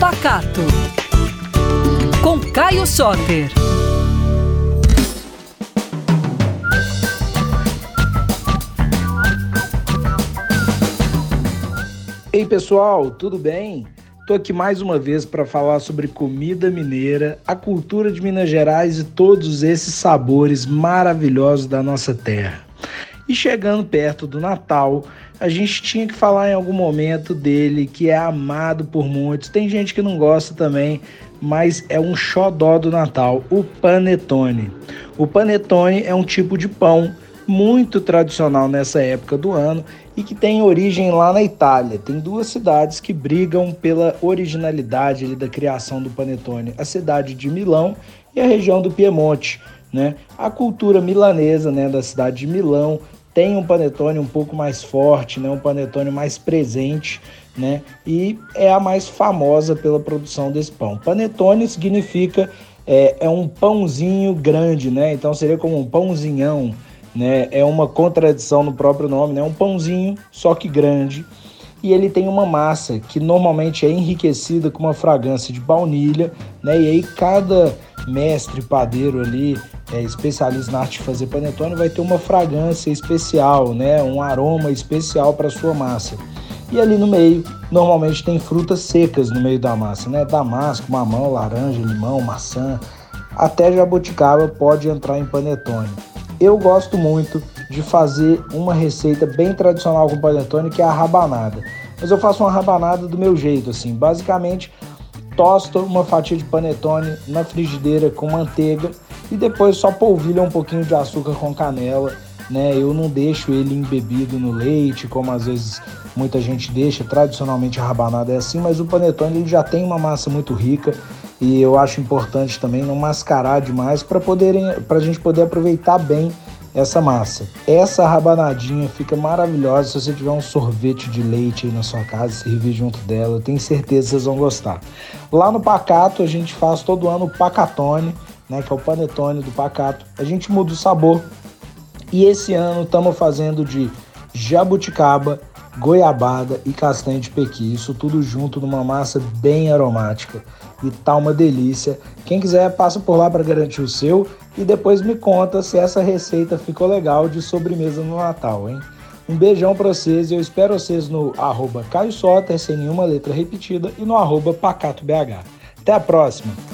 Pacato, com Caio Soter. Ei pessoal, tudo bem? Estou aqui mais uma vez para falar sobre comida mineira, a cultura de Minas Gerais e todos esses sabores maravilhosos da nossa terra. E chegando perto do Natal, a gente tinha que falar em algum momento dele, que é amado por muitos. Tem gente que não gosta também, mas é um xodó do Natal, o panetone. O panetone é um tipo de pão muito tradicional nessa época do ano e que tem origem lá na Itália. Tem duas cidades que brigam pela originalidade ali da criação do panetone, a cidade de Milão e a região do Piemonte, né? A cultura milanesa, né, da cidade de Milão tem um panetone um pouco mais forte, né, um panetone mais presente, né, e é a mais famosa pela produção desse pão. Panetone significa é um pãozinho grande, né? Então seria como um pãozinhão, né? É uma contradição no próprio nome, né? Um pãozinho, só que grande. E ele tem uma massa que normalmente é enriquecida com uma fragrância de baunilha, né? E aí cada mestre padeiro ali, especialista na arte de fazer panetone, vai ter uma fragrância especial, né? Um aroma especial para sua massa. E ali no meio, normalmente tem frutas secas no meio da massa, né? Damasco, mamão, laranja, limão, maçã, até jabuticaba pode entrar em panetone. Eu gosto muito de fazer uma receita bem tradicional com panetone, que é a rabanada. Mas eu faço uma rabanada do meu jeito, assim. Basicamente, tosto uma fatia de panetone na frigideira com manteiga e depois só polvilho um pouquinho de açúcar com canela, né? Eu não deixo ele embebido no leite, como às vezes muita gente deixa. Tradicionalmente a rabanada é assim, mas o panetone ele já tem uma massa muito rica e eu acho importante também não mascarar demais para a gente poder aproveitar bem essa massa. Essa rabanadinha fica maravilhosa se você tiver um sorvete de leite aí na sua casa, servir junto dela, eu tenho certeza que vocês vão gostar. Lá no Pacato a gente faz todo ano o Pacatone, né, que é o panetone do Pacato. A gente muda o sabor e esse ano estamos fazendo de jabuticaba, goiabada e castanha de pequi, isso tudo junto numa massa bem aromática e tá uma delícia. Quem quiser passa por lá para garantir o seu e depois me conta se essa receita ficou legal de sobremesa no Natal, hein? Um beijão para vocês e eu espero vocês no @CaioSoter, sem nenhuma letra repetida, e no @PacatoBH. Até a próxima!